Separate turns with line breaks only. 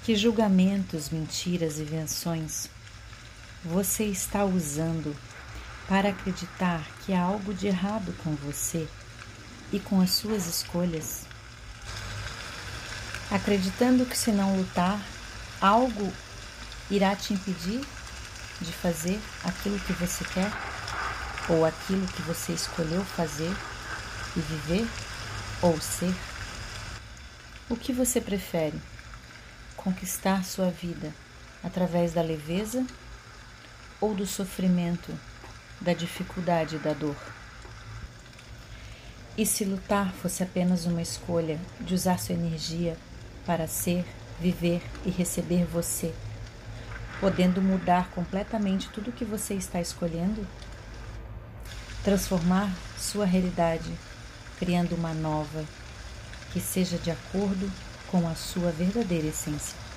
Que julgamentos, mentiras e invenções você está usando para acreditar que há algo de errado com você e com as suas escolhas? Acreditando que se não lutar, algo irá te impedir de fazer aquilo que você quer ou aquilo que você escolheu fazer e viver ou ser? O que você prefere? Conquistar sua vida através da leveza ou do sofrimento, da dificuldade e da dor? E se lutar fosse apenas uma escolha de usar sua energia para ser, viver e receber você, podendo mudar completamente tudo o que você está escolhendo? Transformar sua realidade, criando uma nova, que seja de acordo com a sua verdadeira essência.